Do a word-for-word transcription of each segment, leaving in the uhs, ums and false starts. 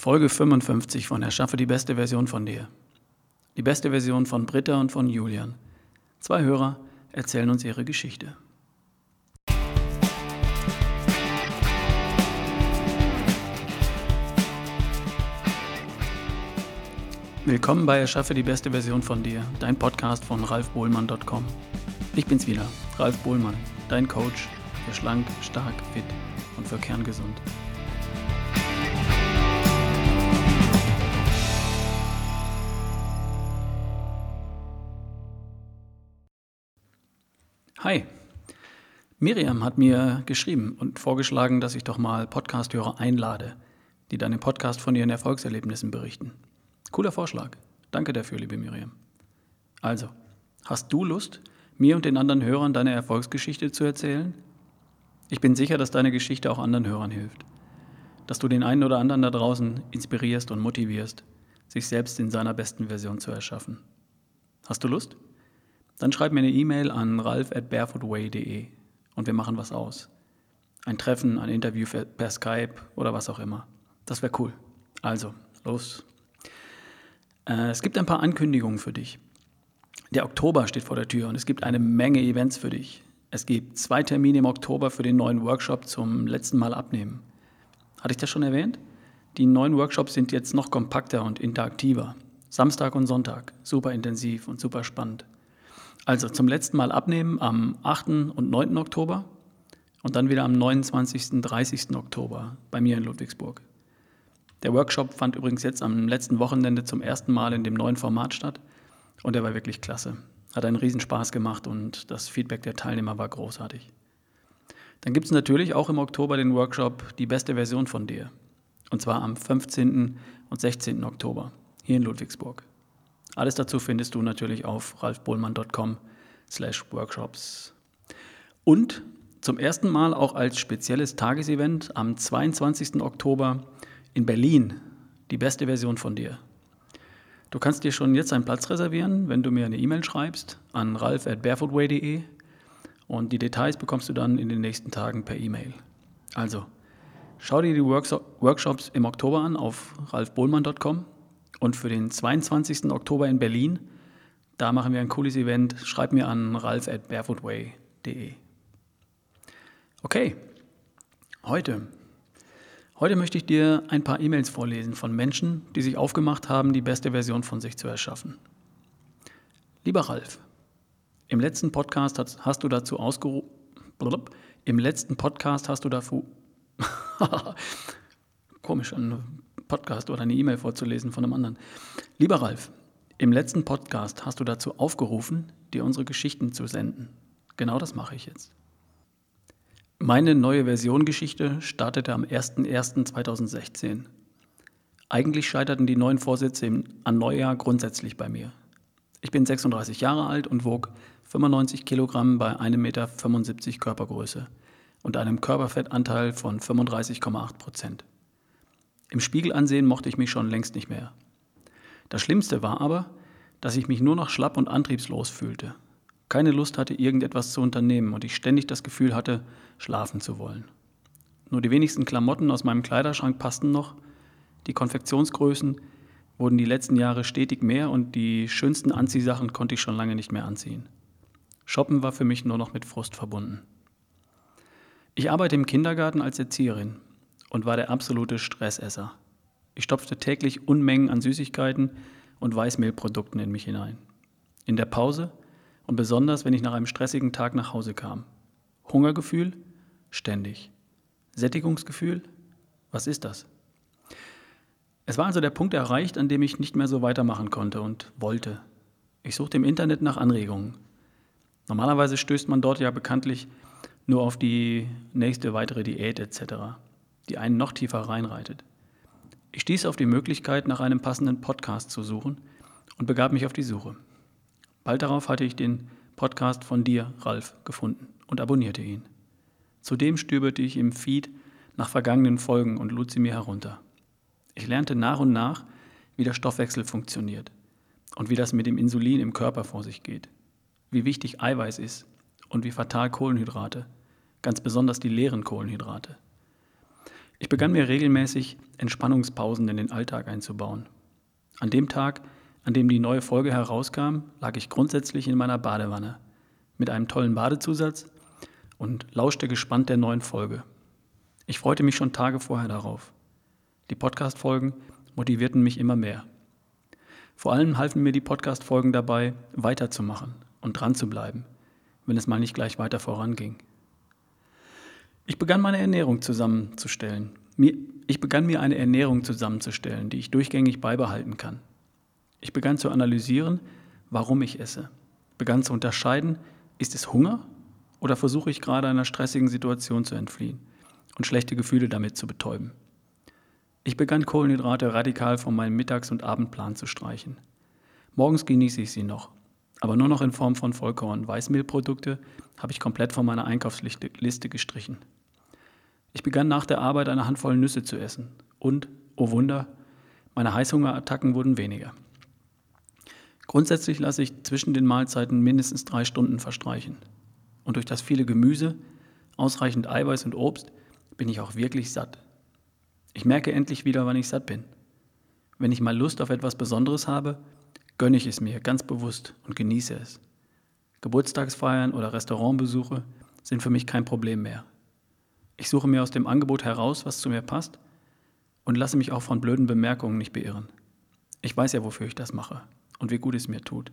Folge fünfundfünfzig von Erschaffe die beste Version von dir. Die beste Version von Britta und von Julian. Zwei Hörer erzählen uns ihre Geschichte. Willkommen bei Erschaffe die beste Version von dir, dein Podcast von ralf bohlmann punkt com. Ich bin's wieder, Ralf Bohlmann, dein Coach für schlank, stark, fit und für kerngesund. Hi, Miriam hat mir geschrieben und vorgeschlagen, dass ich doch mal Podcast-Hörer einlade, die dann im Podcast von ihren Erfolgserlebnissen berichten. Cooler Vorschlag. Danke dafür, liebe Miriam. Also, hast du Lust, mir und den anderen Hörern deine Erfolgsgeschichte zu erzählen? Ich bin sicher, dass deine Geschichte auch anderen Hörern hilft. Dass du den einen oder anderen da draußen inspirierst und motivierst, sich selbst in seiner besten Version zu erschaffen. Hast du Lust? Dann schreib mir eine E-Mail an ralf at barefootway punkt de und wir machen was aus. Ein Treffen, ein Interview per Skype oder was auch immer. Das wäre cool. Also, los. Äh, es gibt ein paar Ankündigungen für dich. Der Oktober steht vor der Tür und es gibt eine Menge Events für dich. Es gibt zwei Termine im Oktober für den neuen Workshop zum letzten Mal abnehmen. Hatte ich das schon erwähnt? Die neuen Workshops sind jetzt noch kompakter und interaktiver. Samstag und Sonntag, super intensiv und super spannend. Also zum letzten Mal abnehmen am achten und neunten Oktober und dann wieder am neunundzwanzigsten und dreißigsten Oktober bei mir in Ludwigsburg. Der Workshop fand übrigens jetzt am letzten Wochenende zum ersten Mal in dem neuen Format statt und er war wirklich klasse. Hat einen Riesenspaß gemacht und das Feedback der Teilnehmer war großartig. Dann gibt es natürlich auch im Oktober den Workshop Die beste Version von dir. Und zwar am fünfzehnten und sechzehnten Oktober hier in Ludwigsburg. Alles dazu findest du natürlich auf ralf bohlmann punkt com slash workshops. Und zum ersten Mal auch als spezielles Tagesevent am zweiundzwanzigsten Oktober in Berlin die beste Version von dir. Du kannst dir schon jetzt einen Platz reservieren, wenn du mir eine E-Mail schreibst an ralf at barefootway punkt de und die Details bekommst du dann in den nächsten Tagen per E-Mail. Also, schau dir die Workshops im Oktober an auf ralf bohlmann punkt com. Und für den zweiundzwanzigsten Oktober in Berlin, da machen wir ein cooles Event. Schreib mir an ralf at barefootway punkt de. Okay, heute. Heute möchte ich dir ein paar E-Mails vorlesen von Menschen, die sich aufgemacht haben, die beste Version von sich zu erschaffen. Lieber Ralf, im letzten Podcast hast, hast du dazu ausgerufen, im letzten Podcast hast du dafür, komisch, ein Podcast oder eine E-Mail vorzulesen von einem anderen. Lieber Ralf, im letzten Podcast hast du dazu aufgerufen, dir unsere Geschichten zu senden. Genau das mache ich jetzt. Meine neue Version-Geschichte startete am ersten ersten zweitausendsechzehn. Eigentlich scheiterten die neuen Vorsätze im, an Neujahr grundsätzlich bei mir. Ich bin sechsunddreißig Jahre alt und wog fünfundneunzig Kilogramm bei einem Meter fünfundsiebzig Körpergröße und einem Körperfettanteil von fünfunddreißig Komma acht Prozent. Im Spiegel ansehen mochte ich mich schon längst nicht mehr. Das Schlimmste war aber, dass ich mich nur noch schlapp und antriebslos fühlte. Keine Lust hatte, irgendetwas zu unternehmen und ich ständig das Gefühl hatte, schlafen zu wollen. Nur die wenigsten Klamotten aus meinem Kleiderschrank passten noch. Die Konfektionsgrößen wurden die letzten Jahre stetig mehr und die schönsten Anziehsachen konnte ich schon lange nicht mehr anziehen. Shoppen war für mich nur noch mit Frust verbunden. Ich arbeite im Kindergarten als Erzieherin und war der absolute Stressesser. Ich stopfte täglich Unmengen an Süßigkeiten und Weißmehlprodukten in mich hinein. In der Pause und besonders, wenn ich nach einem stressigen Tag nach Hause kam. Hungergefühl? Ständig. Sättigungsgefühl? Was ist das? Es war also der Punkt erreicht, an dem ich nicht mehr so weitermachen konnte und wollte. Ich suchte im Internet nach Anregungen. Normalerweise stößt man dort ja bekanntlich nur auf die nächste weitere Diät et cetera, die einen noch tiefer reinreitet. Ich stieß auf die Möglichkeit, nach einem passenden Podcast zu suchen und begab mich auf die Suche. Bald darauf hatte ich den Podcast von dir, Ralf, gefunden und abonnierte ihn. Zudem stöberte ich im Feed nach vergangenen Folgen und lud sie mir herunter. Ich lernte nach und nach, wie der Stoffwechsel funktioniert und wie das mit dem Insulin im Körper vor sich geht, wie wichtig Eiweiß ist und wie fatal Kohlenhydrate, ganz besonders die leeren Kohlenhydrate. Ich begann mir regelmäßig Entspannungspausen in den Alltag einzubauen. An dem Tag, an dem die neue Folge herauskam, lag ich grundsätzlich in meiner Badewanne mit einem tollen Badezusatz und lauschte gespannt der neuen Folge. Ich freute mich schon Tage vorher darauf. Die Podcast-Folgen motivierten mich immer mehr. Vor allem halfen mir die Podcast-Folgen dabei, weiterzumachen und dran zu bleiben, wenn es mal nicht gleich weiter voranging. Ich begann meine Ernährung zusammenzustellen. Ich begann mir eine Ernährung zusammenzustellen, die ich durchgängig beibehalten kann. Ich begann zu analysieren, warum ich esse. Begann zu unterscheiden, ist es Hunger oder versuche ich gerade einer stressigen Situation zu entfliehen und schlechte Gefühle damit zu betäuben. Ich begann Kohlenhydrate radikal von meinem Mittags- und Abendplan zu streichen. Morgens genieße ich sie noch, aber nur noch in Form von Vollkorn-Weißmehlprodukte habe ich komplett von meiner Einkaufsliste gestrichen. Ich begann nach der Arbeit eine Handvoll Nüsse zu essen und, oh Wunder, meine Heißhungerattacken wurden weniger. Grundsätzlich lasse ich zwischen den Mahlzeiten mindestens drei Stunden verstreichen. Und durch das viele Gemüse, ausreichend Eiweiß und Obst bin ich auch wirklich satt. Ich merke endlich wieder, wann ich satt bin. Wenn ich mal Lust auf etwas Besonderes habe, gönne ich es mir ganz bewusst und genieße es. Geburtstagsfeiern oder Restaurantbesuche sind für mich kein Problem mehr. Ich suche mir aus dem Angebot heraus, was zu mir passt und lasse mich auch von blöden Bemerkungen nicht beirren. Ich weiß ja, wofür ich das mache und wie gut es mir tut.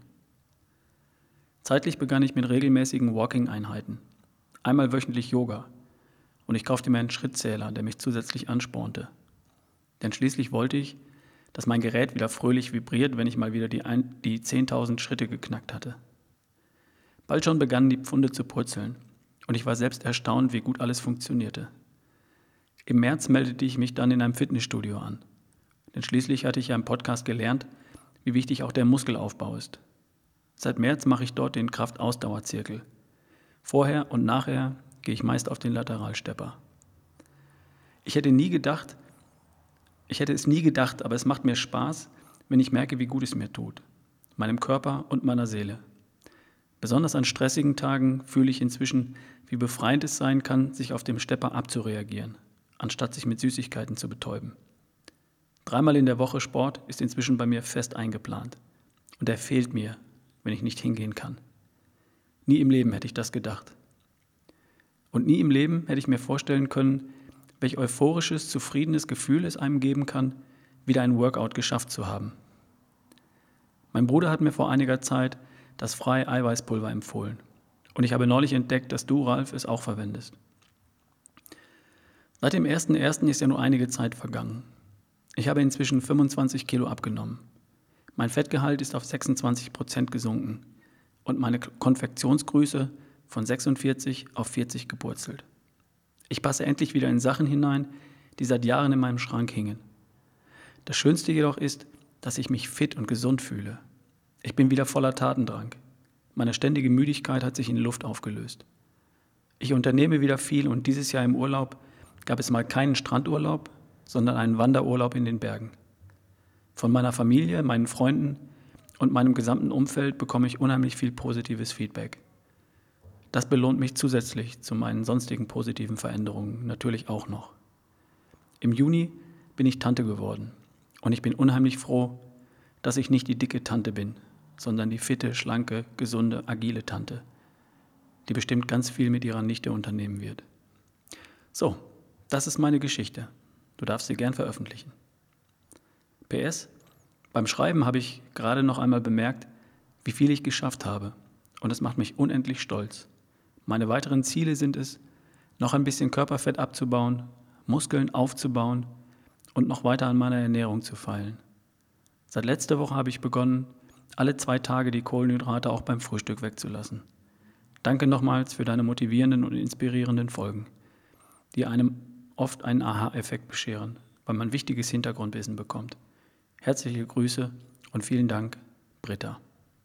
Zeitlich begann ich mit regelmäßigen Walking-Einheiten. Einmal wöchentlich Yoga. Und ich kaufte mir einen Schrittzähler, der mich zusätzlich anspornte. Denn schließlich wollte ich, dass mein Gerät wieder fröhlich vibriert, wenn ich mal wieder die, die zehntausend Schritte geknackt hatte. Bald schon begannen die Pfunde zu purzeln und ich war selbst erstaunt, wie gut alles funktionierte. Im März meldete ich mich dann in einem Fitnessstudio an. Denn schließlich hatte ich ja im Podcast gelernt, wie wichtig auch der Muskelaufbau ist. Seit März mache ich dort den Kraft-Ausdauer-Zirkel. Vorher und nachher gehe ich meist auf den Lateralstepper. Ich hätte nie gedacht, ich hätte es nie gedacht, aber es macht mir Spaß, wenn ich merke, wie gut es mir tut, meinem Körper und meiner Seele. Besonders an stressigen Tagen fühle ich inzwischen, wie befreiend es sein kann, sich auf dem Stepper abzureagieren, anstatt sich mit Süßigkeiten zu betäuben. Dreimal in der Woche Sport ist inzwischen bei mir fest eingeplant und er fehlt mir, wenn ich nicht hingehen kann. Nie im Leben hätte ich das gedacht. Und nie im Leben hätte ich mir vorstellen können, welch euphorisches, zufriedenes Gefühl es einem geben kann, wieder ein Workout geschafft zu haben. Mein Bruder hat mir vor einiger Zeit das freie Eiweißpulver empfohlen. Und ich habe neulich entdeckt, dass du, Ralf, es auch verwendest. Seit dem ersten ersten ist ja nur einige Zeit vergangen. Ich habe inzwischen fünfundzwanzig Kilo abgenommen. Mein Fettgehalt ist auf sechsundzwanzig Prozent gesunken und meine Konfektionsgröße von sechsundvierzig auf vierzig gepurzelt. Ich passe endlich wieder in Sachen hinein, die seit Jahren in meinem Schrank hingen. Das Schönste jedoch ist, dass ich mich fit und gesund fühle. Ich bin wieder voller Tatendrang. Meine ständige Müdigkeit hat sich in Luft aufgelöst. Ich unternehme wieder viel und dieses Jahr im Urlaub gab es mal keinen Strandurlaub, sondern einen Wanderurlaub in den Bergen. Von meiner Familie, meinen Freunden und meinem gesamten Umfeld bekomme ich unheimlich viel positives Feedback. Das belohnt mich zusätzlich zu meinen sonstigen positiven Veränderungen natürlich auch noch. Im Juni bin ich Tante geworden und ich bin unheimlich froh, dass ich nicht die dicke Tante bin, sondern die fitte, schlanke, gesunde, agile Tante, die bestimmt ganz viel mit ihrer Nichte unternehmen wird. So, das ist meine Geschichte. Du darfst sie gern veröffentlichen. P S. Beim Schreiben habe ich gerade noch einmal bemerkt, wie viel ich geschafft habe und es macht mich unendlich stolz. Meine weiteren Ziele sind es, noch ein bisschen Körperfett abzubauen, Muskeln aufzubauen und noch weiter an meiner Ernährung zu feilen. Seit letzter Woche habe ich begonnen, alle zwei Tage die Kohlenhydrate auch beim Frühstück wegzulassen. Danke nochmals für deine motivierenden und inspirierenden Folgen, die einem oft einen Aha-Effekt bescheren, weil man wichtiges Hintergrundwissen bekommt. Herzliche Grüße und vielen Dank, Britta.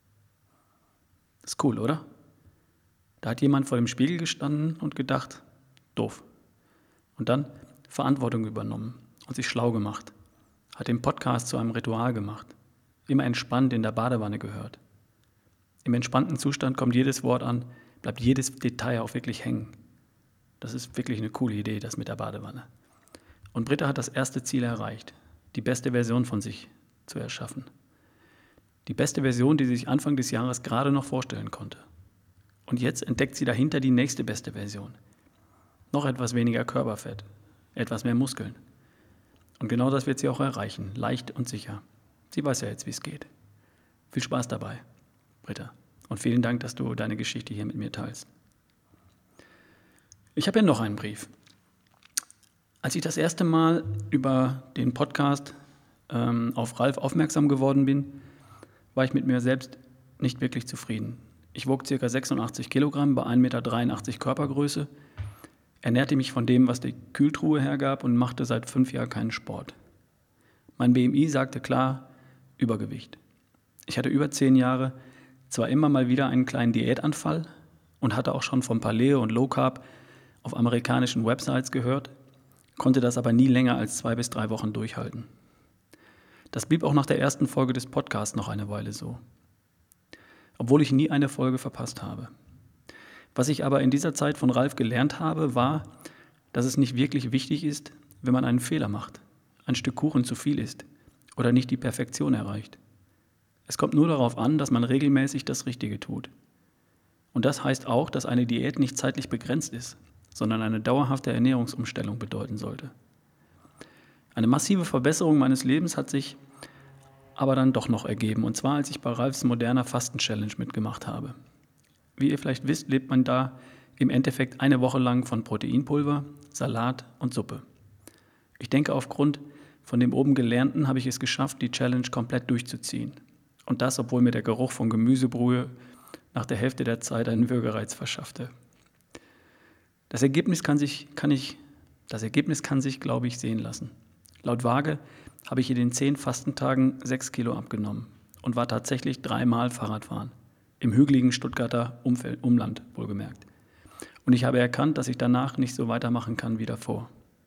Das ist cool, oder? Da hat jemand vor dem Spiegel gestanden und gedacht, doof. Und dann Verantwortung übernommen und sich schlau gemacht. Hat den Podcast zu einem Ritual gemacht. Immer entspannt in der Badewanne gehört. Im entspannten Zustand kommt jedes Wort an, bleibt jedes Detail auch wirklich hängen. Das ist wirklich eine coole Idee, das mit der Badewanne. Und Britta hat das erste Ziel erreicht, die beste Version von sich zu erschaffen. Die beste Version, die sie sich Anfang des Jahres gerade noch vorstellen konnte. Und jetzt entdeckt sie dahinter die nächste beste Version. Noch etwas weniger Körperfett, etwas mehr Muskeln. Und genau das wird sie auch erreichen, leicht und sicher. Sie weiß ja jetzt, wie es geht. Viel Spaß dabei, Britta. Und vielen Dank, dass du deine Geschichte hier mit mir teilst. Ich habe ja noch einen Brief. Als ich das erste Mal über den Podcast ähm, auf Ralf aufmerksam geworden bin, war ich mit mir selbst nicht wirklich zufrieden. Ich wog ca. sechsundachtzig Kilogramm bei ein Meter dreiundachtzig Körpergröße, ernährte mich von dem, was die Kühltruhe hergab und machte seit fünf Jahren keinen Sport. Mein B M I sagte klar, Übergewicht. Ich hatte über zehn Jahre zwar immer mal wieder einen kleinen Diätanfall und hatte auch schon vom Paleo und Low Carb auf amerikanischen Websites gehört, konnte das aber nie länger als zwei bis drei Wochen durchhalten. Das blieb auch nach der ersten Folge des Podcasts noch eine Weile so, obwohl ich nie eine Folge verpasst habe. Was ich aber in dieser Zeit von Ralf gelernt habe, war, dass es nicht wirklich wichtig ist, wenn man einen Fehler macht, ein Stück Kuchen zu viel isst oder nicht die Perfektion erreicht. Es kommt nur darauf an, dass man regelmäßig das Richtige tut. Und das heißt auch, dass eine Diät nicht zeitlich begrenzt ist, sondern eine dauerhafte Ernährungsumstellung bedeuten sollte. Eine massive Verbesserung meines Lebens hat sich aber dann doch noch ergeben, und zwar als ich bei Ralfs moderner Fasten-Challenge mitgemacht habe. Wie ihr vielleicht wisst, lebt man da im Endeffekt eine Woche lang von Proteinpulver, Salat und Suppe. Ich denke, aufgrund von dem oben Gelernten habe ich es geschafft, die Challenge komplett durchzuziehen. Und das, obwohl mir der Geruch von Gemüsebrühe nach der Hälfte der Zeit einen Würgereiz verschaffte. Das Ergebnis kann sich, kann ich, das Ergebnis kann sich, glaube ich, sehen lassen. Laut Waage habe ich in den zehn Fastentagen sechs Kilo abgenommen und war tatsächlich dreimal Fahrradfahren. Im hügeligen Stuttgarter Umfeld, Umland, wohlgemerkt. Und ich habe erkannt, dass ich danach nicht so weitermachen kann wie davor.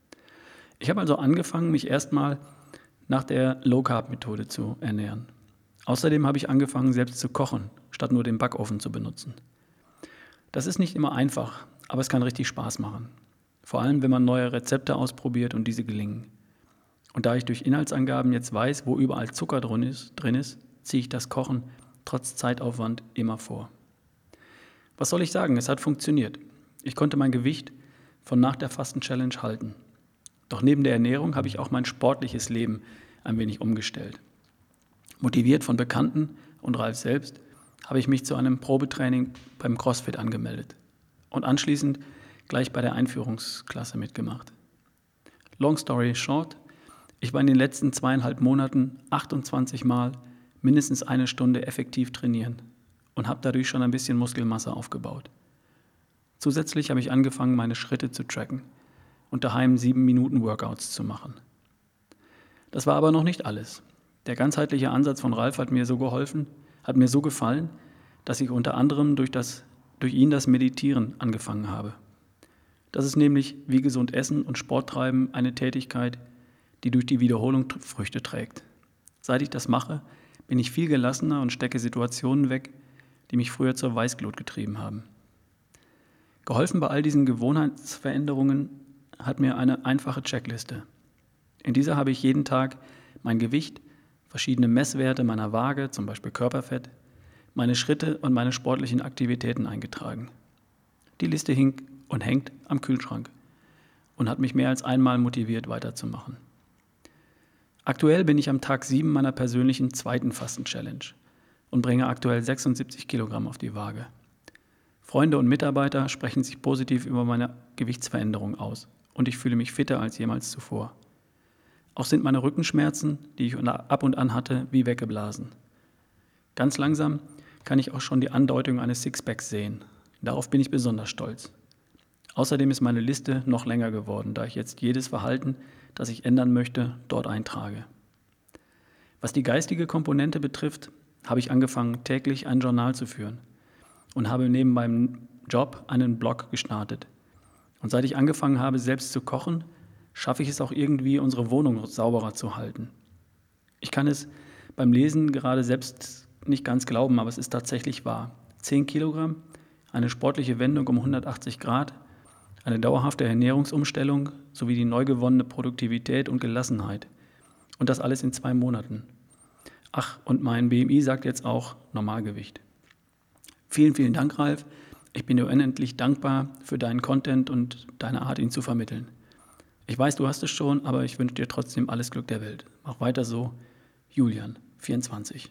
Ich habe also angefangen, mich erstmal nach der Low-Carb-Methode zu ernähren. Außerdem habe ich angefangen, selbst zu kochen, statt nur den Backofen zu benutzen. Das ist nicht immer einfach, aber es kann richtig Spaß machen. Vor allem, wenn man neue Rezepte ausprobiert und diese gelingen. Und da ich durch Inhaltsangaben jetzt weiß, wo überall Zucker drin ist, drin ist, ziehe ich das Kochen trotz Zeitaufwand immer vor. Was soll ich sagen? Es hat funktioniert. Ich konnte mein Gewicht von nach der Fasten-Challenge halten. Doch neben der Ernährung habe ich auch mein sportliches Leben ein wenig umgestellt. Motiviert von Bekannten und Ralf selbst habe ich mich zu einem Probetraining beim CrossFit angemeldet und anschließend gleich bei der Einführungsklasse mitgemacht. Long story short, ich war in den letzten zweieinhalb Monaten achtundzwanzig Mal mindestens eine Stunde effektiv trainieren und habe dadurch schon ein bisschen Muskelmasse aufgebaut. Zusätzlich habe ich angefangen, meine Schritte zu tracken und daheim sieben Minuten Workouts zu machen. Das war aber noch nicht alles. Der ganzheitliche Ansatz von Ralf hat mir so geholfen, hat mir so gefallen, dass ich unter anderem durch, das, durch ihn das Meditieren angefangen habe. Das ist nämlich wie gesund essen und Sport treiben eine Tätigkeit, die durch die Wiederholung Früchte trägt. Seit ich das mache, bin ich viel gelassener und stecke Situationen weg, die mich früher zur Weißglut getrieben haben. Geholfen bei all diesen Gewohnheitsveränderungen hat mir eine einfache Checkliste. In dieser habe ich jeden Tag mein Gewicht, verschiedene Messwerte meiner Waage, zum Beispiel Körperfett, meine Schritte und meine sportlichen Aktivitäten eingetragen. Die Liste hing und hängt am Kühlschrank und hat mich mehr als einmal motiviert, weiterzumachen. Aktuell bin ich am Tag sieben meiner persönlichen zweiten Fasten-Challenge und bringe aktuell sechsundsiebzig Kilogramm auf die Waage. Freunde und Mitarbeiter sprechen sich positiv über meine Gewichtsveränderung aus und ich fühle mich fitter als jemals zuvor. Auch sind meine Rückenschmerzen, die ich ab und an hatte, wie weggeblasen. Ganz langsam kann ich auch schon die Andeutung eines Sixpacks sehen. Darauf bin ich besonders stolz. Außerdem ist meine Liste noch länger geworden, da ich jetzt jedes Verhalten, das ich ändern möchte, dort eintrage. Was die geistige Komponente betrifft, habe ich angefangen, täglich ein Journal zu führen und habe neben meinem Job einen Blog gestartet. Und seit ich angefangen habe, selbst zu kochen, schaffe ich es auch irgendwie, unsere Wohnung sauberer zu halten. Ich kann es beim Lesen gerade selbst nicht ganz glauben, aber es ist tatsächlich wahr. zehn Kilogramm, eine sportliche Wendung um hundertachtzig Grad, eine dauerhafte Ernährungsumstellung sowie die neu gewonnene Produktivität und Gelassenheit. Und das alles in zwei Monaten. Ach, und mein B M I sagt jetzt auch Normalgewicht. Vielen, vielen Dank, Ralf. Ich bin dir unendlich dankbar für deinen Content und deine Art, ihn zu vermitteln. Ich weiß, du hast es schon, aber ich wünsche dir trotzdem alles Glück der Welt. Mach weiter so. Julian, vierundzwanzig.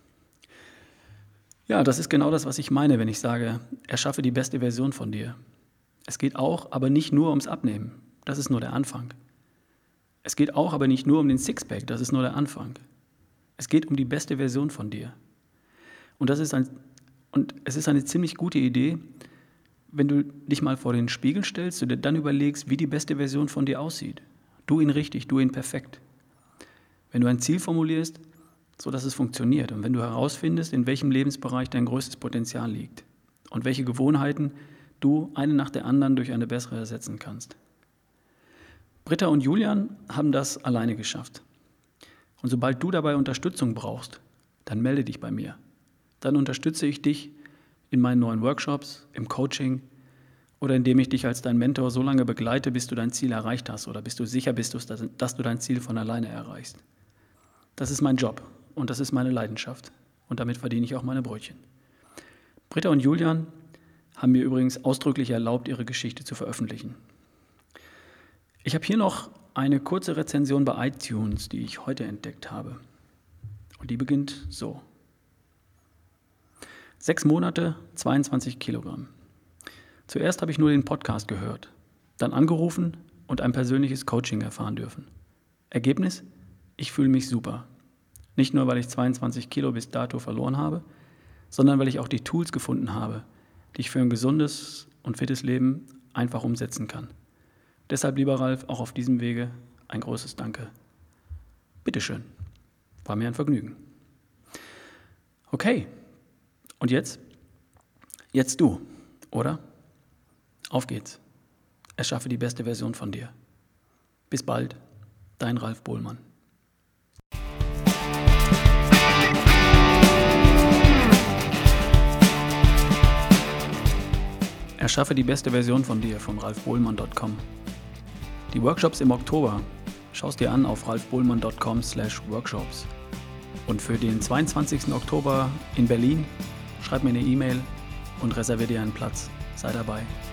Ja, das ist genau das, was ich meine, wenn ich sage, erschaffe die beste Version von dir. Es geht auch, aber nicht nur ums Abnehmen. Das ist nur der Anfang. Es geht auch, aber nicht nur um den Sixpack. Das ist nur der Anfang. Es geht um die beste Version von dir. Und, das ist ein, und es ist eine ziemlich gute Idee, wenn du dich mal vor den Spiegel stellst und dir dann überlegst, wie die beste Version von dir aussieht. Du ihn richtig, du ihn perfekt. Wenn du ein Ziel formulierst, sodass es funktioniert und wenn du herausfindest, in welchem Lebensbereich dein größtes Potenzial liegt und welche Gewohnheiten du eine nach der anderen durch eine bessere ersetzen kannst. Britta und Julian haben das alleine geschafft. Und sobald du dabei Unterstützung brauchst, dann melde dich bei mir. Dann unterstütze ich dich in meinen neuen Workshops, im Coaching oder indem ich dich als dein Mentor so lange begleite, bis du dein Ziel erreicht hast oder bis du sicher bist, dass du dein Ziel von alleine erreichst. Das ist mein Job und das ist meine Leidenschaft und damit verdiene ich auch meine Brötchen. Britta und Julian haben mir übrigens ausdrücklich erlaubt, ihre Geschichte zu veröffentlichen. Ich habe hier noch eine kurze Rezension bei iTunes, die ich heute entdeckt habe. Und die beginnt so. Sechs Monate, zweiundzwanzig Kilogramm. Zuerst habe ich nur den Podcast gehört, dann angerufen und ein persönliches Coaching erfahren dürfen. Ergebnis? Ich fühle mich super. Nicht nur, weil ich zweiundzwanzig Kilo bis dato verloren habe, sondern weil ich auch die Tools gefunden habe, die ich für ein gesundes und fittes Leben einfach umsetzen kann. Deshalb, lieber Ralf, auch auf diesem Wege ein großes Danke. Bitteschön. War mir ein Vergnügen. Okay. Und jetzt? Jetzt du, oder? Auf geht's. Erschaffe die beste Version von dir. Bis bald, dein Ralf Bohlmann. Erschaffe die beste Version von dir von ralf bohlmann punkt com. Die Workshops im Oktober schaust dir an auf ralf bohlmann punkt com slash workshops. Und für den zweiundzwanzigsten Oktober in Berlin schreib mir eine E-Mail und reserviere dir einen Platz. Sei dabei.